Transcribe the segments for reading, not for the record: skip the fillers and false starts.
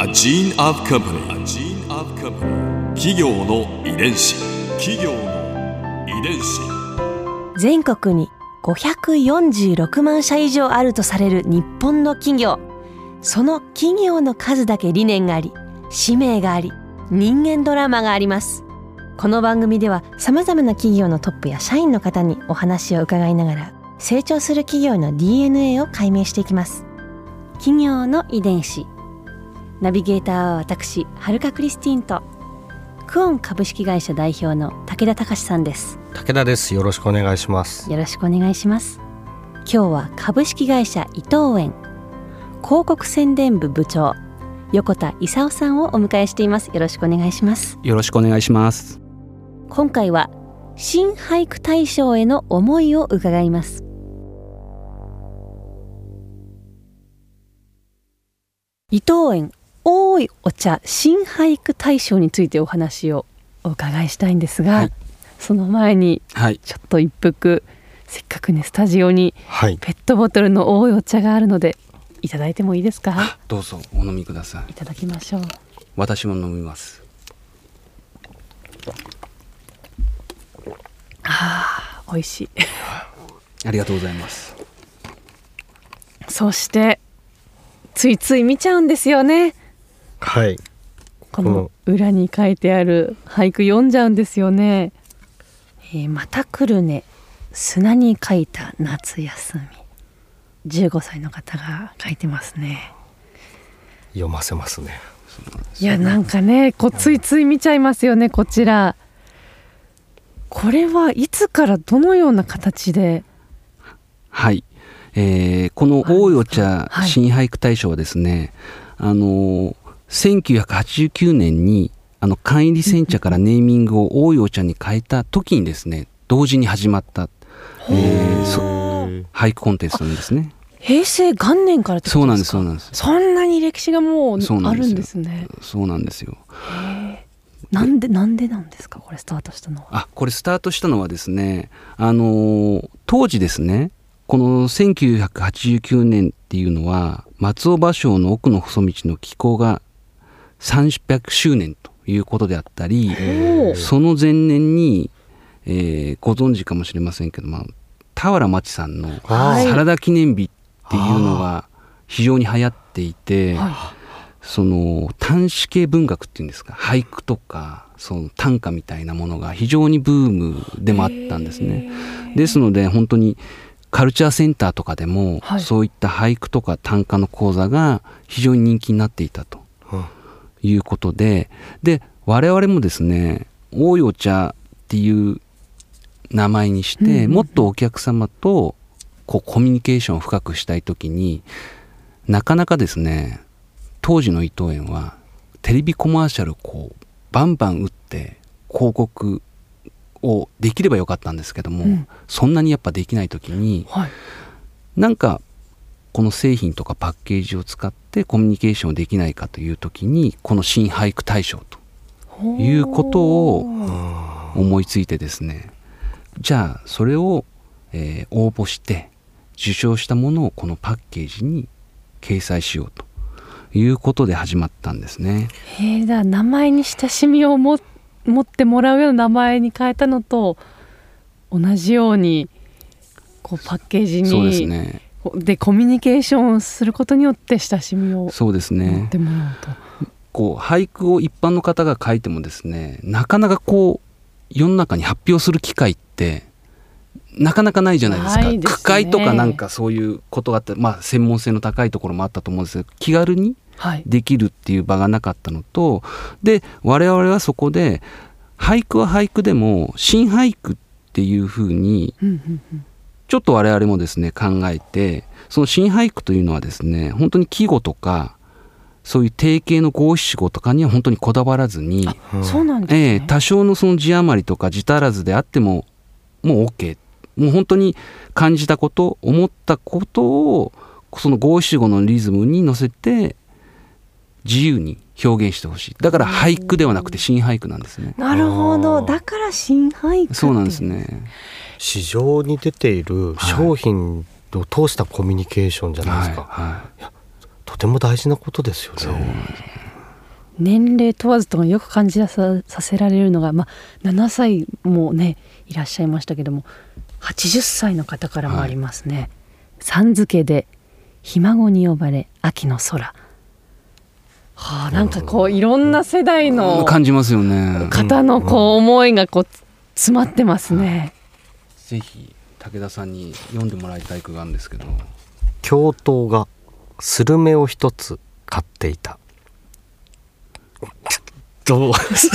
gene of company. A gene of company. 企業の遺伝子。 全国に546万社以上あるとされる日本の企業。その企業の数だけ理念があり、使命があり、人間ドラマがあります。この番組では様々な企業のトップや社員の方にお話を伺いながら、成長する企業の DNA を解明していきます。企業の遺伝子。ナビゲーターは私、はるかクリスティンとクオン株式会社代表の武田隆さんです。 武田です。よろしくお願いします。 よろしくお願いします。今日は株式会社伊藤園広告宣伝部部長横田勲さんをお迎えしています。よろしくお願いします。 よろしくお願いします。 今回は新俳句大賞への思いを伺います。伊藤園おいお茶新俳句大賞についてお話をお伺いしたいんですが、はい、その前にちょっと一服、せっかくねスタジオにペットボトルの多いお茶があるのでいただいてもいいですか？ どうぞお飲みください。 いただきましょう。 私も飲みます。 美味しいありがとうございます。 そしてついつい見ちゃうんですよね。 はい、 この裏に書いてある俳句読んじゃうんですよね。また来るね砂に書いた夏休み。15歳の方が書いてますね。 読ませますね。 いやなんかねこうついつい見ちゃいますよね。こちらこれはいつからどのような形で？ はい、この大いお茶新俳句大賞はですね、1989年に缶入り煎茶からネーミングを大いお茶に変えた時にですね同時に始まった、俳句コンテストなんですね。 平成元年からってことですか？ そうなんです。 そんなに歴史がもうあるんですね。 そうなんですよ。 なんでなんですかこれスタートしたのは？ これスタートしたのはですね、当時ですねこの1989年っていうのは松尾芭蕉の奥の細道の寄稿が300周年ということであったり、その前年に、ご存知かもしれませんけど、俵万智さんのサラダ記念日っていうのが非常に流行っていて、その短詩系文学っていうんですか、俳句とかその短歌みたいなものが非常にブームでもあったんですね。ですので本当にカルチャーセンターとかでも、そういった俳句とか短歌の講座が非常に人気になっていたということで、我々もですね大いお茶っていう名前にして、もっとお客様とコミュニケーションを深くしたいときになかなかですね当時の伊藤園はテレビコマーシャルバンバン打って広告をできればよかったんですけども、そんなにやっぱできないときに、なんかこの製品とかパッケージを使ってコミュニケーションをできないかというときにこの新俳句大賞ということを思いついてですね、じゃあそれを、応募して受賞したものをこのパッケージに掲載しようということで始まったんですね。 だ名前に親しみを持ってもらうような名前に変えたのと同じようにパッケージに、 そうですね、 でコミュニケーションをすることによって親しみを持ってもらうと。 俳句を一般の方が書いてもですねなかなか世の中に発表する機会ってなかなかないじゃないですか。句会とかなんかそういうことがあって、専門性の高いところもあったと思うんですけど気軽にできるっていう場がなかったのと、で我々はそこで俳句は俳句でも新俳句っていうふうにちょっと我々もですね考えて、その新俳句というのはですね本当に季語とかそういう定型の五七五とかには本当にこだわらずに、 そうなんですね。 多少のその字余りとか字足らずであってももう OK、 もう本当に感じたこと思ったことをその五七五のリズムに乗せて自由に表現してほしい。だから俳句ではなくて新俳句なんですね。 なるほど、だから新俳句。 そうなんですね。 市場に出ている商品を通したコミュニケーションじゃないですか。いやとても大事なことですよね。 そうなんですね。 年齢問わずとよく感じさせられるのが、7歳もねいらっしゃいましたけども、80歳の方からもありますね。さん付けでひ孫に呼ばれ秋の空。なんかこういろんな世代の感じますよね。 方のこう思いがこう詰まってますね。 ぜひ武田さんに読んでもらいたい句があるんですけど、 教頭がスルメを一つ飼っていた。どう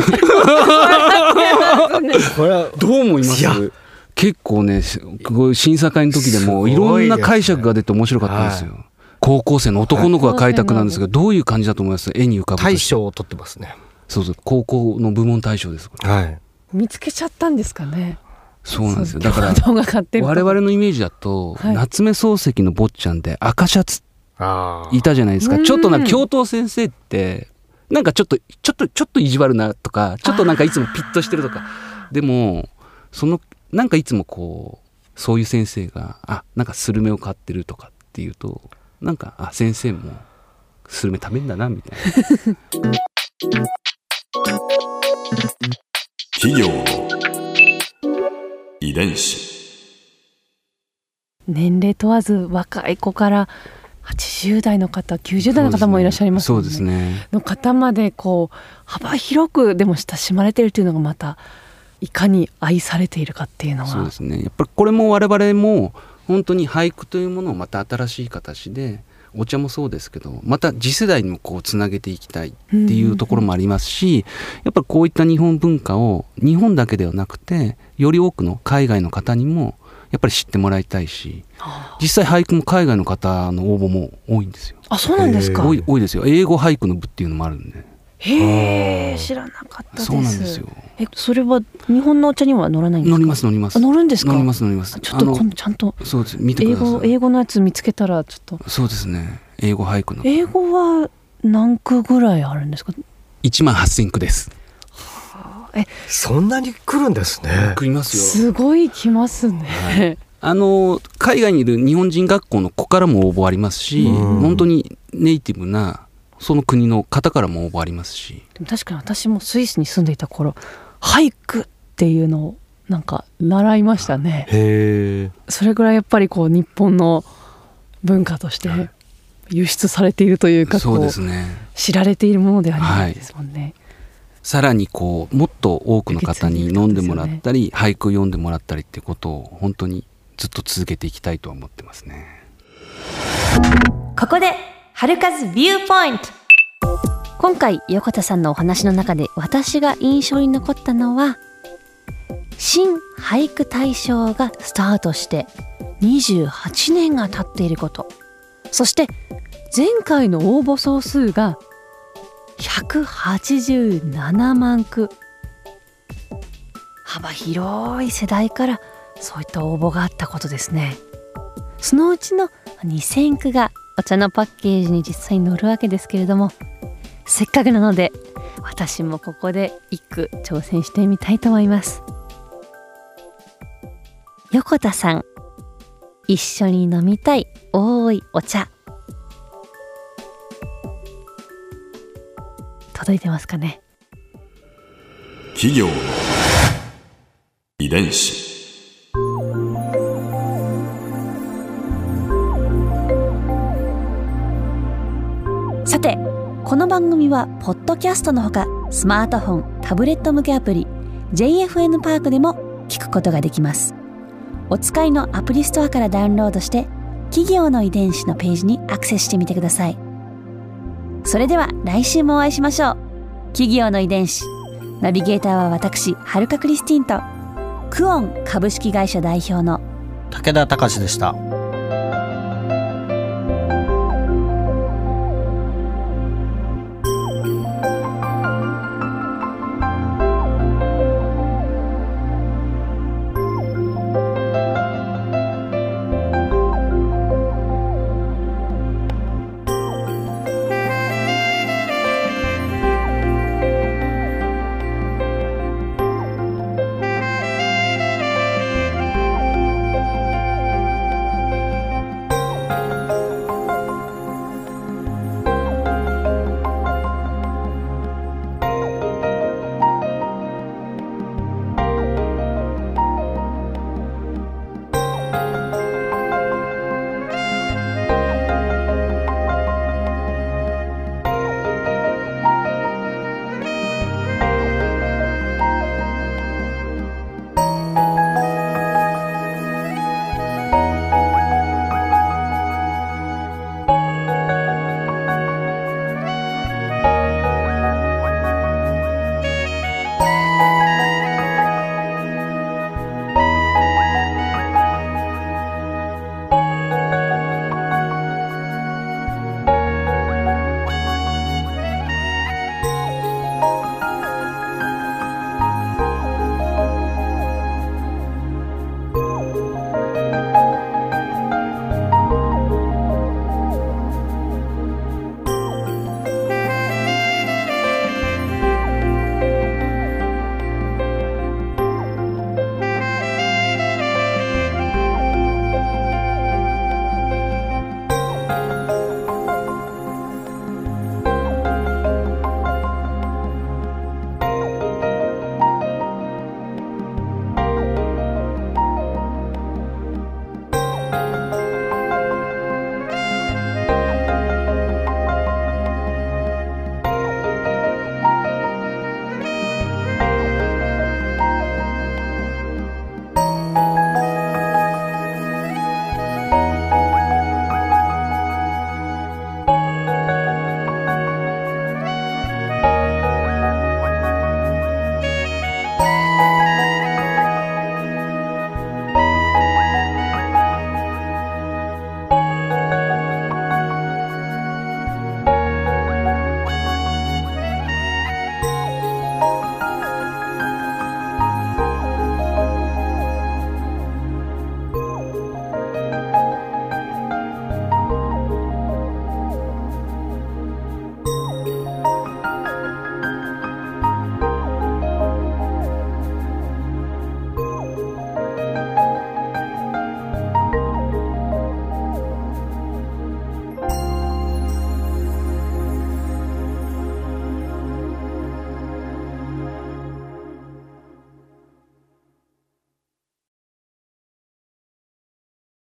これはどう思います？結構ね、審査会の時でもいろんな解釈が出て面白かったんですよ。高校生の男の子が描いた句なんですが、どういう感じだと思います？絵に浮かぶ。 大賞を取ってますね。 そうそう、高校の部門大賞です。 見つけちゃったんですかね。 そうなんですよ。だから我々のイメージだと、夏目漱石の坊ちゃんで赤シャツいたじゃないですか。ちょっと教頭先生ってなんかちょっと意地悪なとか、ちょっとなんかいつもピッとしてるとか、でもなんかいつもこうそういう先生がなんかスルメを飼ってるとかっていうと、なんか先生もスルメ食べんだなみたいな。 企業の遺伝子。 年齢問わず若い子から80代の方、90代の方もいらっしゃいますもんね。 そうですね。 の方までこう幅広くでも親しまれているというのがまたいかに愛されているかっていうのは。 そうですね。やっぱりこれも我々も本当に俳句というものをまた新しい形で、お茶もそうですけど、また次世代にもこうつなげていきたいっていうところもありますし、やっぱりこういった日本文化を日本だけではなくて、より多くの海外の方にもやっぱり知ってもらいたいし、実際俳句も海外の方の応募も多いんですよ。 そうなんですか。 多いですよ。英語俳句の部っていうのもあるんで。 へえ、知らなかったです。 そうなんですよ。 それは日本のお茶には載らないんですか？ 載ります。 載るんですか？ 載ります。 ちょっと今度ちゃんとそうです、見てください。 英語のやつ見つけたらちょっと。 そうですね。英語俳句の。 英語は何句ぐらいあるんですか ？18,000句です。 そんなに来るんですね。 来ますよ。 すごい来ますね。 海外にいる日本人学校の子からも応募ありますし、本当にネイティブなその国の方からも応募ありますし。 でも確かに私もスイスに住んでいた頃、俳句っていうのをなんか習いましたね。それぐらいやっぱりこう日本の文化として輸出されているというか、 そうですね、 知られているものではないですもんね。 さらにこうもっと多くの方に飲んでもらったり、俳句読んでもらったりってことを本当にずっと続けていきたいと思ってますね。 ここで春風ビューポイント。今回横田さんのお話の中で私が印象に残ったのは、新俳句大賞がスタートして28年が経っていること、そして前回の応募総数が187万句。幅広い世代からそういった応募があったことですね。そのうちの2000句がお茶のパッケージに実際に載るわけですけれども、せっかくなので私もここで一句挑戦してみたいと思います。横田さん、一緒に飲みたいおいお茶。届いてますかね。 企業の遺伝子。 さて、この番組はポッドキャストのほか、スマートフォン、タブレット向けアプリ JFN パークでも聞くことができます。お使いのアプリストアからダウンロードして、企業の遺伝子のページにアクセスしてみてください。それでは来週もお会いしましょう。企業の遺伝子、ナビゲーターは私、はるかクリスティンとクオン株式会社代表の武田隆でした。